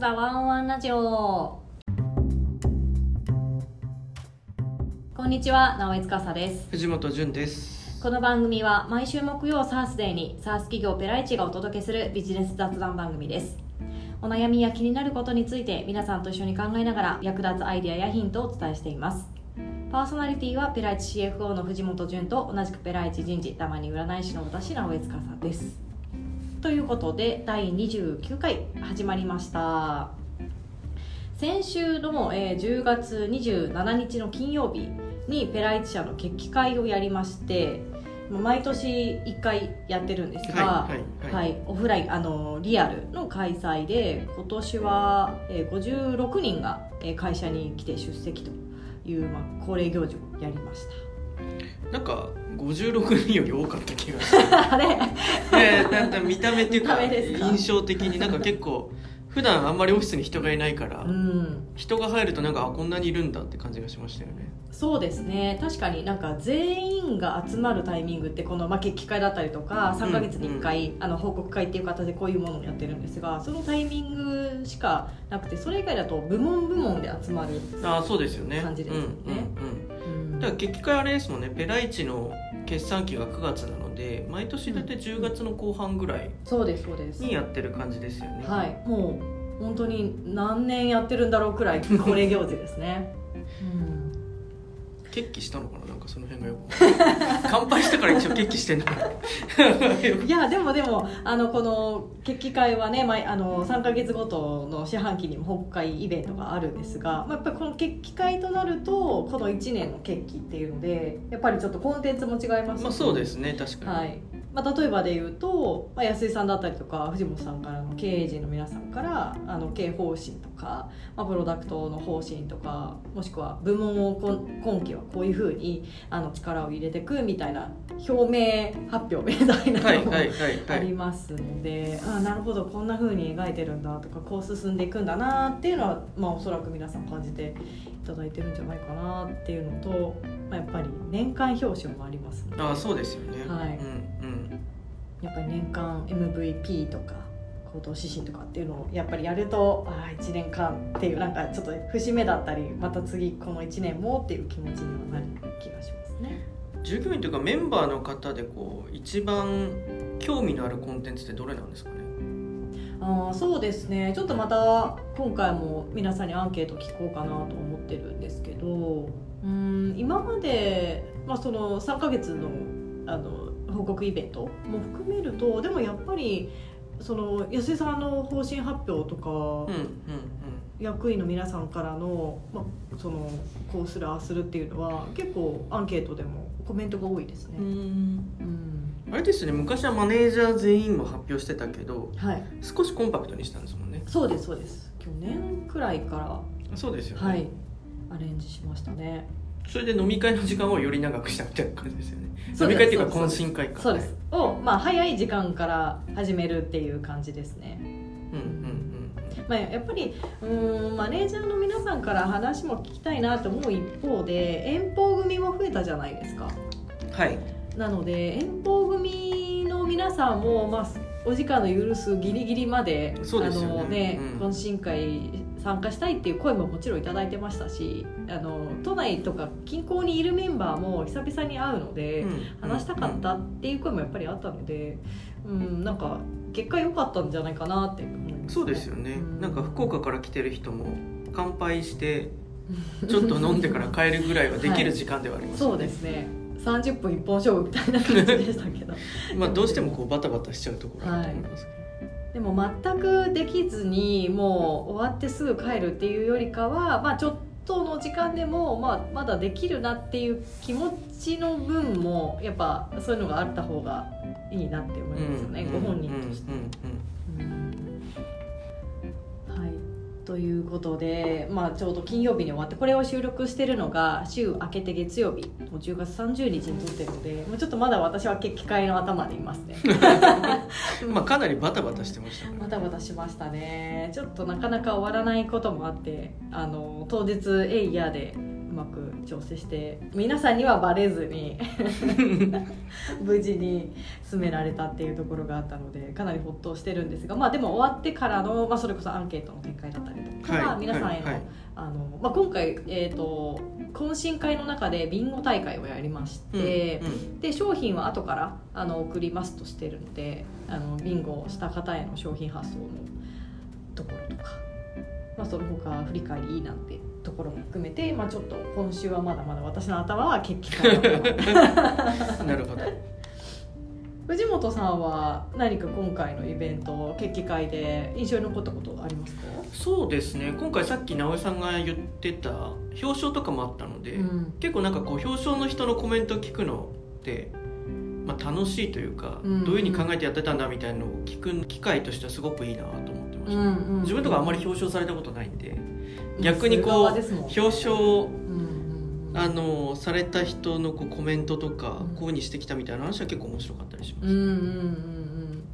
田ワンワンラジオ。こんにちは、直江司です。 藤本潤です。 この番組は毎週木曜サースデーにサース企業ペライチがお届けするビジネス雑談番組です。お悩みや気になることについて皆さんと一緒に考えながら役立つアイデアやヒントをお伝えしています。パーソナリティはペライチ CFO の藤本潤と同じくペライチ人事たまに占い師の私、直江司です。ということで第29回始まりました。先週の10月27日の金曜日にペライチ社の決起会をやりまして、毎年1回やってるんですが、オフラインリアルの開催で今年は56人が会社に来て出席という、恒例行事をやりました。 なんか56人より多かった気がするあれなんか見た目っていうか印象的になんか結構普段あんまりオフィスに人がいないから、人が入るとなんかこんなにいるんだって感じがしましたよね。 そうですね、確かになんか全員が集まるタイミングってこの、決起会だったりとか3ヶ月に1回、報告会っていう形でこういうものをやってるんですが、そのタイミングしかなくて、それ以外だと部門で集まるそうですよね、 感じですよね。 だから決起会あれですもんね、ペライチの決算期が9月なので毎年だって10月の後半ぐらいにやってる感じですよね。 はい、もう本当に何年やってるんだろうくらい恒例行事ですね。 決起したのかな、なんかその辺がよく乾杯したから一応決起してんのかな。 いやでもこの決起会はね、3ヶ月ごとの四半期にも報告会イベントがあるんですが、やっぱりこの決起会となるとこの1年の決起っていうのでやっぱりちょっとコンテンツも違いますし、 そうですね、確かに。 はい、例えばで言うと、安井さんだったりとか藤本さんからの経営陣の皆さんから経営方針とか、プロダクトの方針とか、もしくは部門を今期はこういうふうに力を入れていくみたいな表明発表みたいなのもありますので、なるほどこんなふうに描いてるんだとか、こう進んでいくんだなっていうのは、おそらく皆さん感じていただいてるんじゃないかなっていうのと、やっぱり年間表彰もありますので。 そうですよね。 はい、やっぱり年間 MVP とか行動指針とかっていうのをやっぱりやると、1年間っていうなんかちょっと節目だったり、また次この1年もっていう気持ちにはなる気がしますね。 従業員というかメンバーの方で一番興味のあるコンテンツってどれなんですかね。 そうですね、ちょっとまた今回も皆さんにアンケート聞こうかなと思ってるんですけど、今まで、その3ヶ月の報告イベントも含めると、でもやっぱりその安井さんの方針発表とか、役員の皆さんからの、そのこうするああするっていうのは結構アンケートでもコメントが多いですね。 あれですね、昔はマネージャー全員も発表してたけど、少しコンパクトにしたんですもんね。 そうです去年くらいからそうですよね、 アレンジしましたね。 それで飲み会の時間をより長くしたみたいな感じですよね。飲み会っていうか懇親会か。 そうですを、早い時間から始めるっていう感じですね。やっぱりマネージャーの皆さんから話も聞きたいなと思う一方で、遠方組も増えたじゃないですか。なので遠方組の皆さんも、お時間の許すギリギリまで懇親会参加したいっていう声ももちろんいただいてましたし、都内とか近郊にいるメンバーも久々に会うので、話したかったっていう声もやっぱりあったので、なんか結果良かったんじゃないかなって思いますね。 そうですよね、なんか福岡から来てる人も乾杯してちょっと飲んでから帰るぐらいはできる時間ではありますね。 そうですね、30分一本勝負みたいな感じでしたけどどうしてもバタバタしちゃうところあると思いますけど、 でも全くできずにもう終わってすぐ帰るっていうよりかは、ちょっとの時間でも、まだできるなっていう気持ちの分もやっぱそういうのがあった方がいいなって思いますよね、ご本人として。ということで、ちょうど金曜日に終わって、これを収録してるのが週明けて月曜日もう10月30日に撮ってるので、もうちょっとまだ私は決起会の頭でいますね。 かなりバタバタしてましたね。 バタバタしましたね。ちょっとなかなか終わらないこともあって、当日エイヤーでうまく調整して皆さんにはバレずに無事に進められたっていうところがあったのでかなりほっとしてるんですが、でも終わってからの、それこそアンケートの展開だったりとか、皆さんへの、今回、懇親会の中でビンゴ大会をやりまして、で商品は後から送りますとしてるのでビンゴした方への商品発送のところとか、その他振り返りなんてところも含めて、ちょっと今週はまだまだ私の頭は決起会なるほど。 藤本さんは何か今回のイベント決起会で印象に残ったことありますか？ そうですね、今回さっき直江さんが言ってた表彰とかもあったので、結構なんかこう表彰の人のコメントを聞くのって、楽しいというか、どういう風に考えてやってたんだみたいなのを聞く機会としてはすごくいいなと思ってました、自分とかあんまり表彰されたことないんで、逆にこう表彰された人のこうコメントとか、こういう風にしてきたみたいな話は結構面白かったりしました。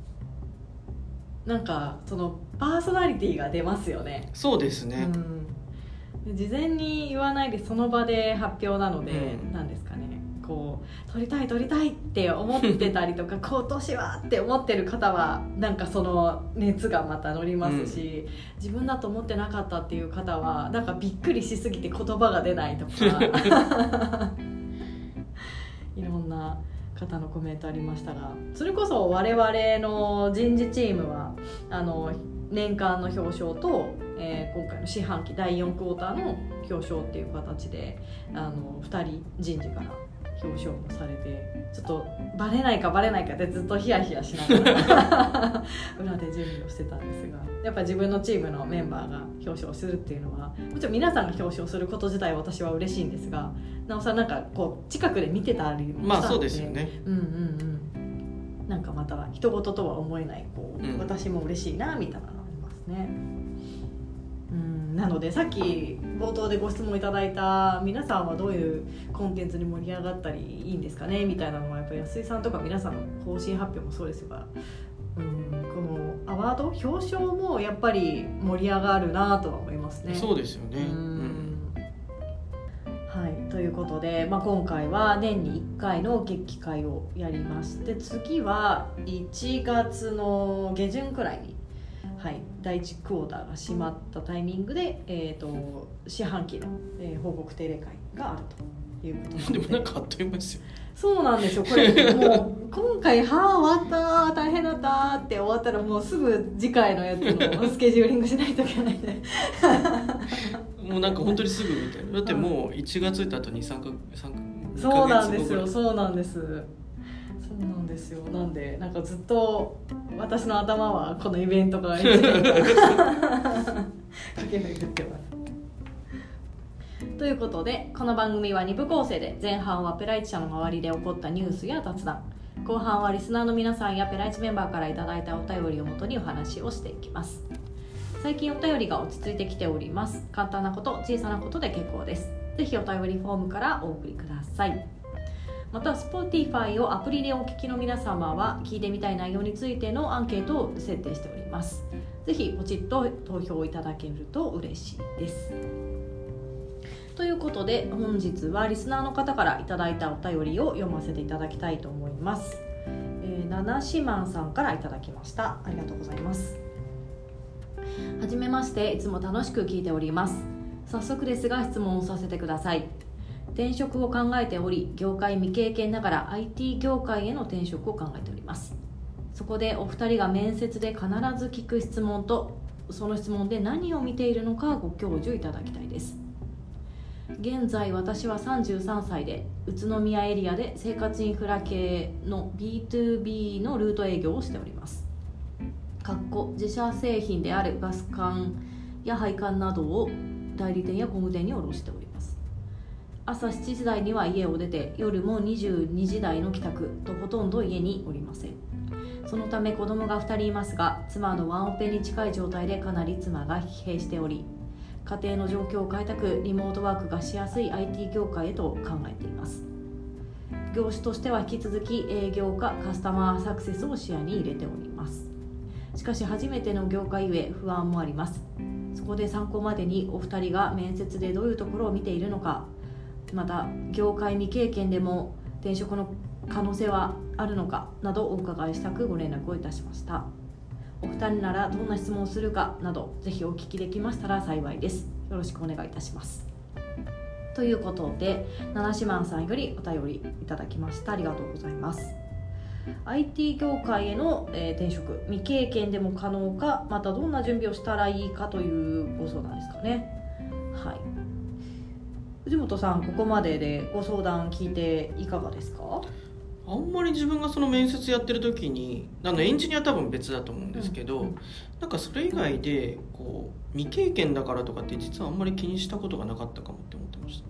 なんかそのパーソナリティが出ますよね。 そうですね、 事前に言わないでその場で発表なので、なんですかね、こう撮りたいって思ってたりとか今年はって思ってる方はなんかその熱がまた乗りますし、自分だと思ってなかったっていう方はなんかびっくりしすぎて言葉が出ないとかいろんな方のコメントありましたが、それこそ我々の人事チームは年間の表彰と、今回の四半期第4クォーターの表彰っていう形で2人人事から表彰もされて、ちょっとバレないかってずっとヒヤヒヤしながら裏で準備をしてたんですが、やっぱ自分のチームのメンバーが表彰するっていうのは、もちろん皆さんが表彰すること自体私は嬉しいんですが、なおさんなんかこう近くで見てたりもしたので、 そうですよね、 なんかまた人事とは思えないこう、私も嬉しいなみたいなのがありますね。なのでさっき冒頭でご質問いただいた皆さんはどういうコンテンツに盛り上がったりいいんですかねみたいなのは、やっぱり安井さんとか皆さんの方針発表もそうですが、このアワード表彰もやっぱり盛り上がるなとは思いますね。 そうですよね。 はい、ということで、今回は年に1回の決起会をやりまして、次は1月の下旬くらいに、第1クォーターが閉まったタイミングで、四半期の、報告定例会があるということで、 でもなんかあっという間ですよ。 そうなんですよ。これもう今回終わった大変だったって終わったらもうすぐ次回のやつのスケジューリングしないといけないんでもうなんか本当にすぐみたいな。だってもう1月ってあと 2,3 ヶ月そうなんですよ。そうなんですよ。なんでなんかずっと私の頭はこのイベントが駆け巡ってます。ということで、この番組は2部構成で、前半はペライチ社の周りで起こったニュースや雑談、後半はリスナーの皆さんやペライチメンバーからいただいたお便りをもとにお話をしていきます。最近お便りが落ち着いてきております。簡単なこと、小さなことで結構です。ぜひお便りフォームからお送りください。また Spotify をアプリでお聞きの皆様は聞いてみたい内容についてのアンケートを設定しております。ぜひポチッと投票いただけると嬉しいです。ということで、本日はリスナーの方からいただいたお便りを読ませていただきたいと思います。ナナシマンさんからいただきました。ありがとうございます。はじめまして、いつも楽しく聞いております。早速ですが質問をさせてください。転職を考えており、業界未経験ながら IT 業界への転職を考えております。そこでお二人が面接で必ず聞く質問と、その質問で何を見ているのかご教授いただきたいです。現在私は33歳で宇都宮エリアで生活インフラ系の B2B のルート営業をしております。自社製品であるガス管や配管などを代理店や工務店に卸しております。朝7時台には家を出て、夜も22時台の帰宅とほとんど家におりません。そのため子供が2人いますが、妻のワンオペに近い状態でかなり妻が疲弊しており、家庭の状況を変えたくリモートワークがしやすい IT 業界へと考えています。業種としては引き続き営業かカスタマーサクセスを視野に入れております。しかし初めての業界ゆえ不安もあります。そこで参考までにお二人が面接でどういうところを見ているのか、 また業界未経験でも転職の可能性はあるのかなどお伺いしたくご連絡をいたしました。お二人ならどんな質問をするかなどぜひお聞きできましたら幸いです。よろしくお願いいたします。ということで七四万さんよりお便りいただきました。ありがとうございます。IT 業界への、転職未経験でも可能か、またどんな準備をしたらいいかというご相談ですかね。はい、藤本さん、ここまででご相談聞いていかがですか？ あんまり自分がその面接やってる時にエンジニアは多分別だと思うんですけど、なんかそれ以外でこう未経験だからとかって実はあんまり気にしたことがなかったかもって思ってました。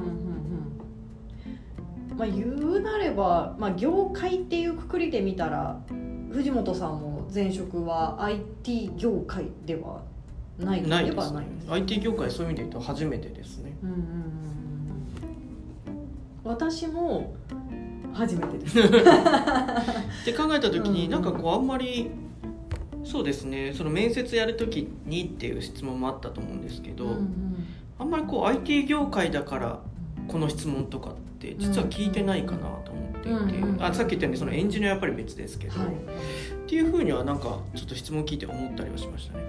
言うなれば、業界っていうくくりで見たら藤本さんも前職は IT 業界ではないといえばないです。 IT 業界そういう意味で言うと初めてですね。 私も初めてですって考えた時になんかこうあんまりそうですね、その面接やる時にっていう質問もあったと思うんですけど、あんまりこう IT 業界だからこの質問とかって実は聞いてないかなと思っていて、さっき言ったようにそのエンジニアはやっぱり別ですけど、っていうふうにはなんかちょっと質問聞いて思ったりはしましたね。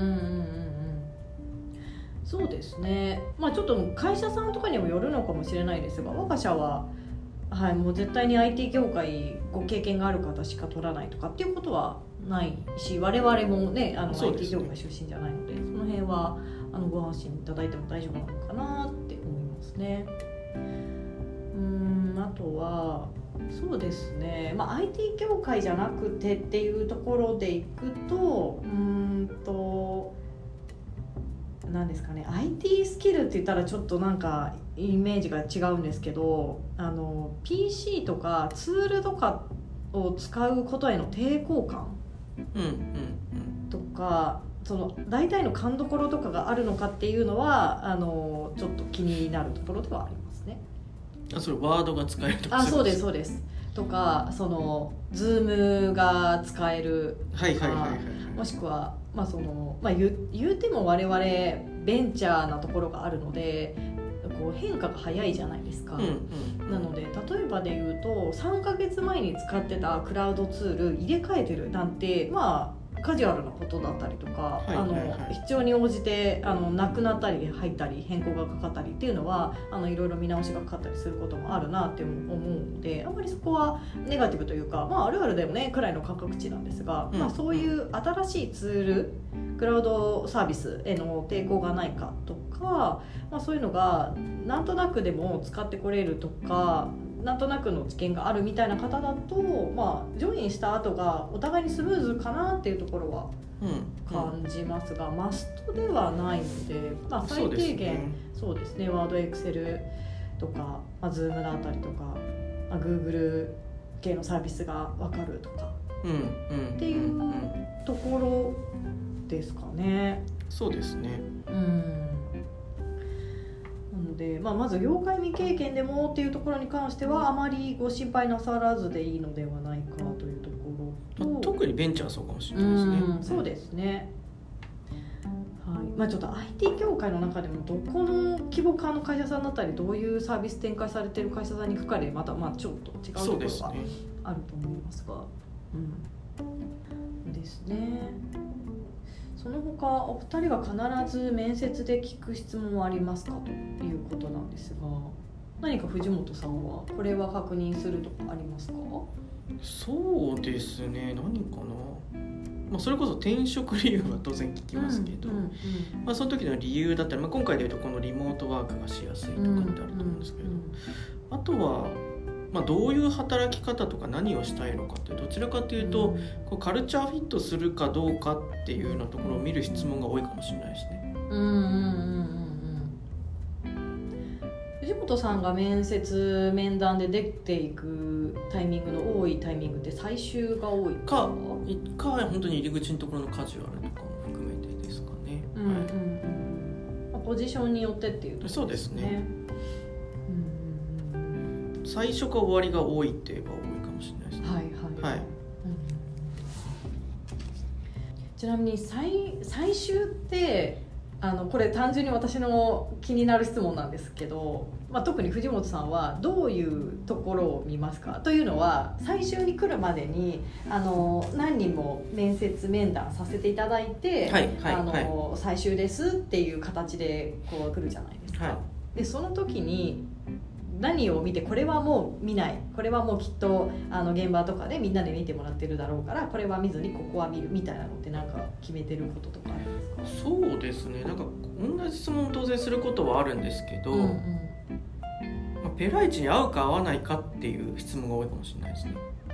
そうですね、ちょっと会社さんとかにもよるのかもしれないですが、我が社はもう絶対に IT 業界ご経験がある方しか取らないとかっていうことはないし、我々もねIT 業界出身じゃないので、その辺はご安心いただいても大丈夫なのかなって思いますね。あとはそうですね、IT 業界じゃなくてっていうところでいくと何ですかね、 IT スキルって言ったらちょっとなんかイメージが違うんですけど、PC とかツールとかを使うことへの抵抗感とか、その大体の勘どころとかがあるのかっていうのはちょっと気になるところではありますね。 それワードが使えるとか？ そうですそうです。とかそのズームが使えるとか、もしくは言うても我々ベンチャーなところがあるのでこう変化が早いじゃないですか。なので例えばで言うと3ヶ月前に使ってたクラウドツール入れ替えてるなんてカジュアルなことだったりとか、必要に応じてなくなったり入ったり変更がかかったりっていうのはいろいろ見直しがかかったりすることもあるなって思うので、あんまりそこはネガティブというか、あるあるでもねくらいの価格値なんですが、そういう新しいツールクラウドサービスへの抵抗がないかとか、そういうのがなんとなくでも使ってこれるとか、なんとなくの知見があるみたいな方だと、ジョインした後がお互いにスムーズかなっていうところは感じますが、マストではないので、最低限そうですね、ワードエクセルとか、ズームだったりとか、Google 系のサービスが分かるとかっていうところですかね。 そうですね。 なので、まず業界未経験でもっていうところに関してはあまりご心配なさらずでいいのではないかというところと、 特にベンチャーはそうかもしれないですね。 そうですね。ちょっと IT 業界の中でもどこの規模感の会社さんだったりどういうサービス展開されている会社さんに行くかでまたちょっと違うところがあると思いますが、ですね。その他お二人が必ず面接で聞く質問はありますかということなんですが、何か藤本さんはこれは確認するとかありますか？ そうですね、何かな、それこそ転職理由は当然聞きますけど、その時の理由だったり、今回でいうとこのリモートワークがしやすいとかってあると思うんですけど、あとはどういう働き方とか何をしたいのかってどちらかというと、こうカルチャーフィットするかどうかっていうようなところを見る質問が多いかもしれないですね。 藤本さんが面談で出ていくタイミングの多いタイミングって最終が多いか本当に入り口のところのカジュアルとかも含めてですかね。 ポジションによってっていうところですね。 そうですね。最初か終わりが多いって言えば多いかもしれないですね。 ちなみに最終ってこれ単純に私の気になる質問なんですけど、特に藤本さんはどういうところを見ますか？というのは最終に来るまでに何人も面談させていただいて、最終ですっていう形でこう来るじゃないですか、でその時に何を見て、これはもう見ない、これはもうきっと現場とかでみんなで見てもらってるだろうからこれは見ずにここは見るみたいなのってなんか決めてることとかあるんですか？ そうですね、なんか同じ質問を当然することはあるんですけど、ペライチに合うか合わないかっていう質問が多いかもしれないですね。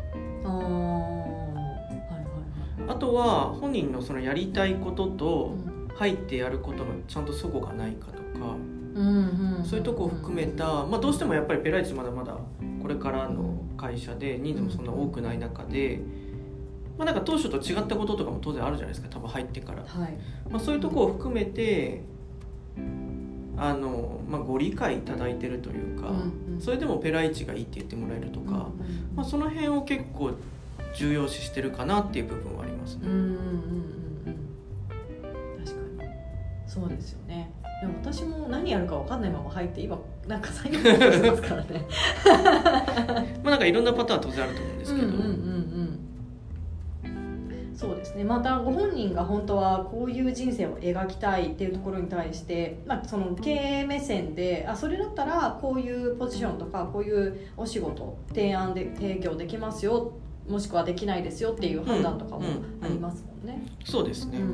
あとは本人のそのやりたいことと入ってやることのちゃんと齟齬がないかとか、そういうとこを含めた、どうしてもやっぱりペライチまだまだこれからの会社で人数もそんな多くない中で、なんか当初と違ったこととかも当然あるじゃないですか、多分入ってから、そういうとこを含めてご理解いただいてるというか、それでもペライチがいいって言ってもらえるとか、その辺を結構重要視してるかなっていう部分はありますね。 確かにそうですよね。でも私も何やるか分かんないまま入って今なんか最後にしてますからねなんかいろんなパターン当然あると思うんですけど、 そうですね。またご本人が本当はこういう人生を描きたいっていうところに対して、その経営目線でそれだったらこういうポジションとかこういうお仕事提供できますよ、もしくはできないですよっていう判断とかもありますもんね。 そうですね。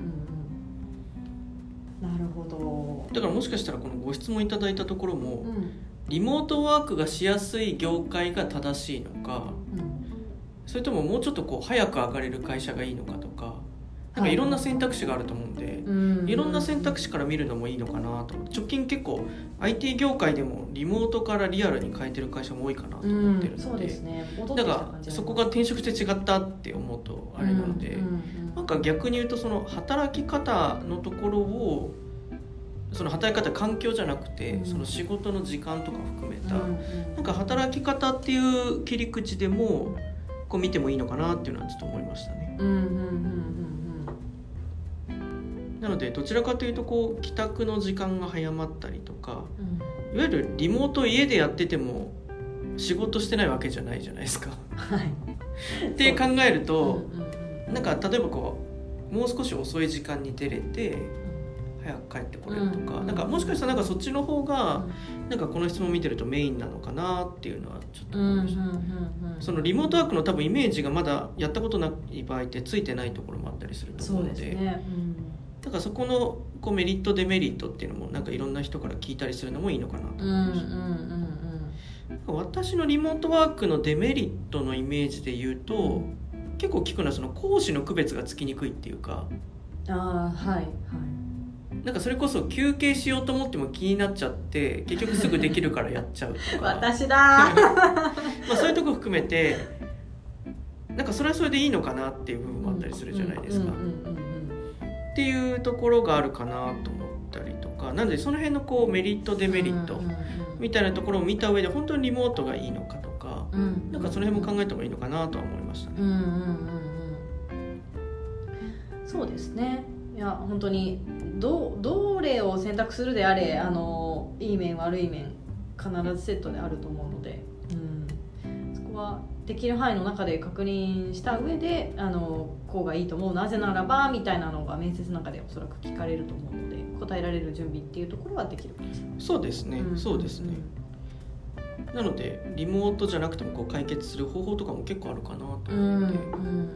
なるほど。 だからもしかしたらこのご質問いただいたところも、リモートワークがしやすい業界が正しいのか、それとももうちょっと早く上がれる会社がいいのかとか、なんかいろんな選択肢があると思うんで、いろんな選択肢から見るのもいいのかなと。直近結構 IT 業界でもリモートからリアルに変えてる会社も多いかなと思ってるので、 そうですね。 だからそこが転職して違ったって思うとあれなので、なんか逆に言うとその働き方のところを、その働き方環境じゃなくて、その仕事の時間とか含めた、なんか働き方っていう切り口でもこう見てもいいのかなっていうのはちょっと思いましたね。なのでどちらかというと帰宅の時間が早まったりとか、いわゆるリモート家でやってても仕事してないわけじゃないじゃないですかって考えると、なんか例えばもう少し遅い時間に出れて早く帰ってこれるとか、なんかもしかしたらなんかそっちの方がなんかこの質問見てるとメインなのかなっていうのはちょっと思いました。そのリモートワークの多分イメージがまだやったことない場合ってついてないところもあったりすると思うので、だからそこのメリットデメリットっていうのもなんかいろんな人から聞いたりするのもいいのかなと思いました。私のリモートワークのデメリットのイメージで言うと、結構聞くのはその講師の区別がつきにくいっていうか、なんかそれこそ休憩しようと思っても気になっちゃって結局すぐできるからやっちゃうとか私だそういうとこ含めてなんかそれはそれでいいのかなっていう部分もあったりするじゃないですかっていうところがあるかなと思ったりとか、なのでその辺のメリットデメリットみたいなところを見た上で本当にリモートがいいのかとか、なんかその辺も考えてもいいのかなとは思いましたね。 そうですね。いや本当にどれを選択するであれいい面悪い面必ずセットであると思うので、そこはできる範囲の中で確認した上でこうがいいと思う、なぜならばみたいなのが面接の中でおそらく聞かれると思うので、答えられる準備っていうところはできるかもしれない。 そうですね、そうですね。なのでリモートじゃなくても解決する方法とかも結構あるかなと思って、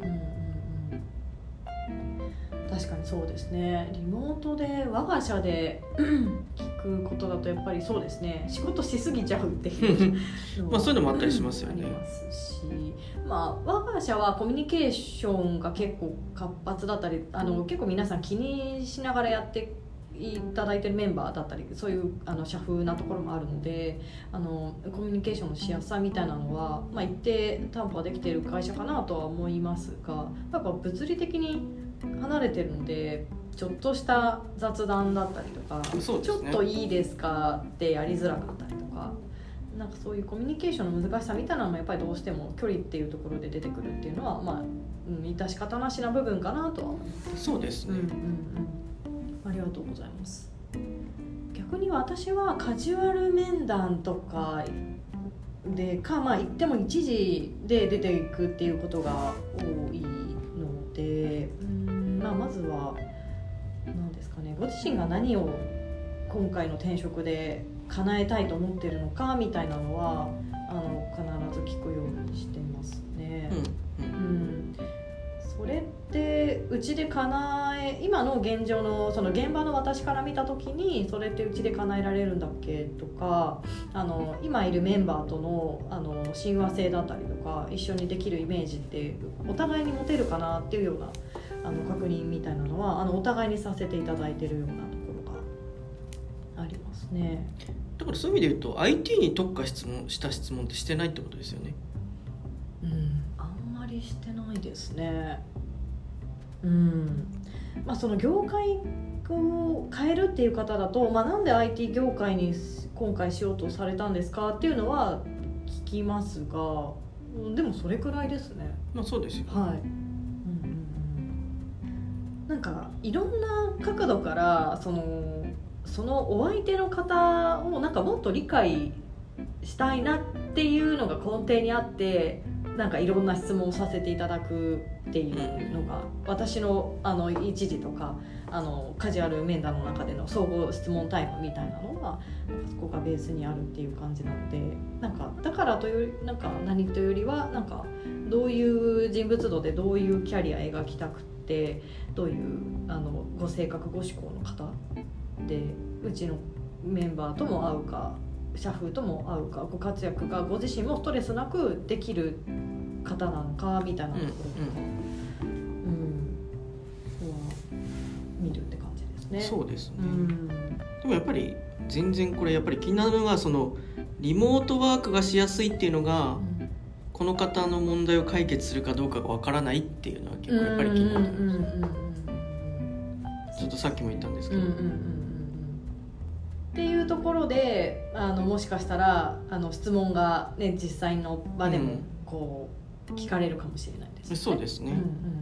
確かにそうですね。リモートで我が社で聞くことだとやっぱりそうですね、仕事しすぎちゃうっていうそういうのもあったりしますよね。 ありますし、我が社はコミュニケーションが結構活発だったり結構皆さん気にしながらやっていただいてるメンバーだったり、そういう社風なところもあるのでコミュニケーションのしやすさみたいなのは、一定担保はできている会社かなとは思いますが、やっぱ物理的に離れてるのでちょっとした雑談だったりとか、ちょっといいですかってやりづらかったりとか、なんかそういうコミュニケーションの難しさみたいなのもやっぱりどうしても距離っていうところで出てくるっていうのは致し方なしな部分かなとは思います。 そうですね、 ありりがとうございます。逆に私はカジュアル面談とかでまあ言っても一時で出ていくっていうことが多いので、まあ、まずは何ですかね、ご自身が何を今回の転職で叶えたいと思ってるのかみたいなのは必ず聞くようにしてますね。それってうちで今の現状のその現場の私から見た時にそれってうちで叶えられるんだっけとか、今いるメンバーとの親和性だったりとか一緒にできるイメージってお互いに持てるかなっていうような確認みたいなのはお互いにさせていただいてるようなところがありますね。 だからそういう意味で言うと IT に特化した質問ってしてないってことですよね。 あんまりしてないですね。まあ、その業界を変えるっていう方だと、なんで IT 業界に今回しようとされたんですかっていうのは聞きますが、でもそれくらいですね。 まあそうですよ、 はい。なんかいろんな角度からそのお相手の方をなんかもっと理解したいなっていうのが根底にあって、なんかいろんな質問をさせていただくっていうのが私の一時とかカジュアル面談の中での総合質問タイムみたいなのがそこがベースにあるっていう感じなので、なんかだからというなんか何というよりはなんかどういう人物像でどういうキャリア描きたくて、どういうご性格ご思考の方でうちのメンバーとも合うか社風とも合うか、ご活躍がご自身もストレスなくできる方なのかみたいなところとか、見るって感じですね。 そうですね、でもやっぱり全然これやっぱり気になるのがそのリモートワークがしやすいっていうのが、この方の問題を解決するかどうかがわからないっていうのは結構やっぱり気になる。ちょっとさっきも言ったんですけど、 っていうところでもしかしたら質問が、ね、実際の場でもこう聞かれるかもしれないですね。 そうですね、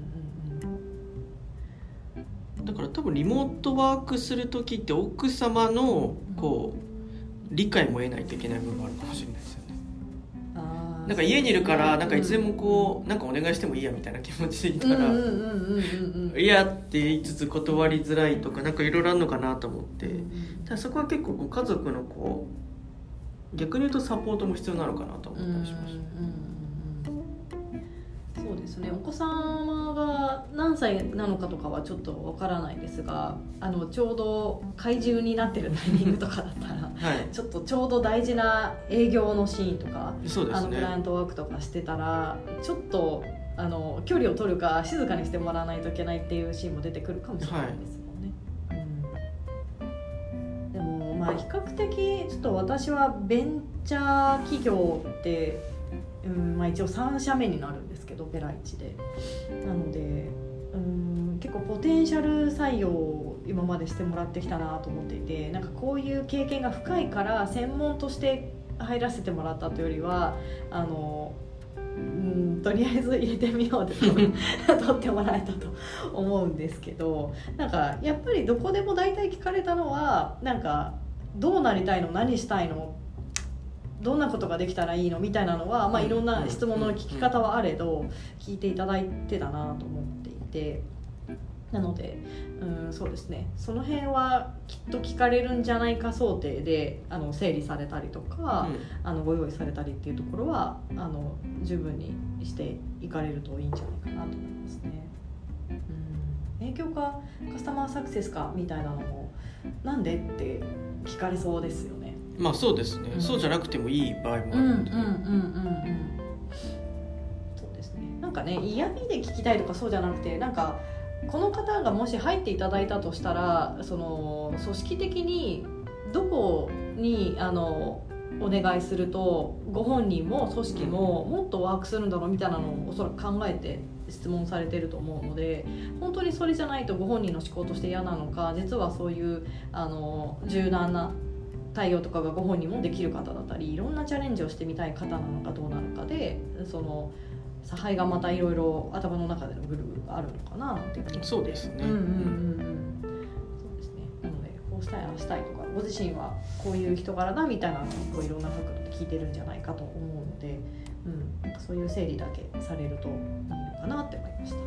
だから多分リモートワークする時って奥様のこう理解も得ないといけない部分があるかもしれないですよね。なんか家にいるからなんかいつでもこうなんかお願いしてもいいやみたいな気持ちでいたらいやって言いつつ断りづらいとかなんかいろいろあるのかなと思って、ただそこは結構ご家族のこう逆に言うとサポートも必要なのかなと思ったりしました。 そうですね、お子様が何歳なのかとかはちょっとわからないですがちょうど怪獣になってるタイミングとかだったら、はい、ちょうど大事な営業のシーンとか、 そうですね、 クライアントワークとかしてたらちょっと距離を取るか静かにしてもらわないといけないっていうシーンも出てくるかもしれないですもんね、でもまあ比較的ちょっと私はベンチャー企業って一応3社目になるんですけどペライチでなので結構ポテンシャル採用を今までしてもらってきたなと思っていて、なんかこういう経験が深いから専門として入らせてもらったというよりはとりあえず入れてみようで取ってもらえたと思うんですけど、なんかやっぱりどこでも大体聞かれたのはなんかどうなりたいの、何したいの、どんなことができたらいいのみたいなのは、いろんな質問の聞き方はあれど聞いていただいてたなと思っていて、なのでそうですね、その辺はきっと聞かれるんじゃないか想定で整理されたりとか、ご用意されたりっていうところは十分にしていかれるといいんじゃないかなと思いますね。営業かカスタマーサクセスかみたいなのもなんでって聞かれそうですよね。 まあそうですね、そうじゃなくてもいい場合もあるので、 そうですね、なんかね嫌味で聞きたいとかそうじゃなくて、なんかこの方がもし入っていただいたとしたらその組織的にどこにお願いするとご本人も組織ももっとワークするんだろうみたいなのをおそらく考えて質問されていると思うので、本当にそれじゃないとご本人の思考として嫌なのか、実はそういう柔軟な対応とかがご本人もできる方だったり、いろんなチャレンジをしてみたい方なのかどうなのかで、その差配がまたいろいろ頭の中でのグループがあるのかななんていうふうに。 そうですね、 そうですね。 したいとか、ご自身はこういう人柄だみたいなのをいろんな角度で聞いてるんじゃないかと思うので、そういう整理だけされるといいのかなって思いました。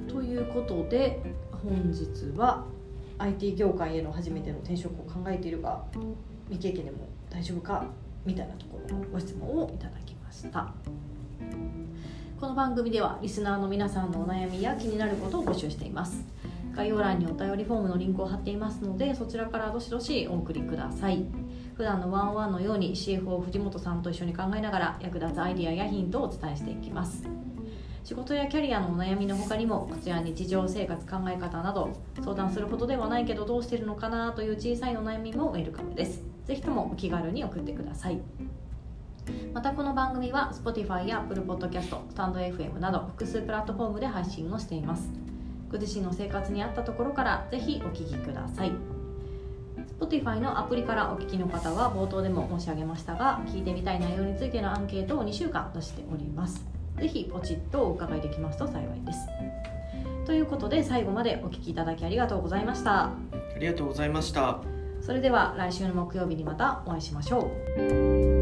ということで本日は IT 業界への初めての転職を考えているが未経験でも大丈夫かみたいなところのご質問をいただきました。この番組ではリスナーの皆さんのお悩みや気になることを募集しています。概要欄にお便りフォームのリンクを貼っていますので、そちらからどしどしお送りください。普段のワンオンワンのように CFO 藤本さんと一緒に考えながら役立つアイディアやヒントをお伝えしていきます。仕事やキャリアのお悩みの他にも、こちら日常生活、考え方など相談することではないけどどうしてるのかなという小さいお悩みもウェルカムです。ぜひともお気軽に送ってください。またこの番組は Spotify や Apple Podcast、StandFM など複数プラットフォームで配信をしています。ご自身の生活に合ったところからぜひお聞きください。 Spotify のアプリからお聞きの方は冒頭でも申し上げましたが、聞いてみたい内容についてのアンケートを2週間出しております。ぜひポチッとお伺いできますと幸いです。ということで最後までお聞きいただきありがとうございました。 ありがとうございました。 それでは来週の木曜日にまたお会いしましょう。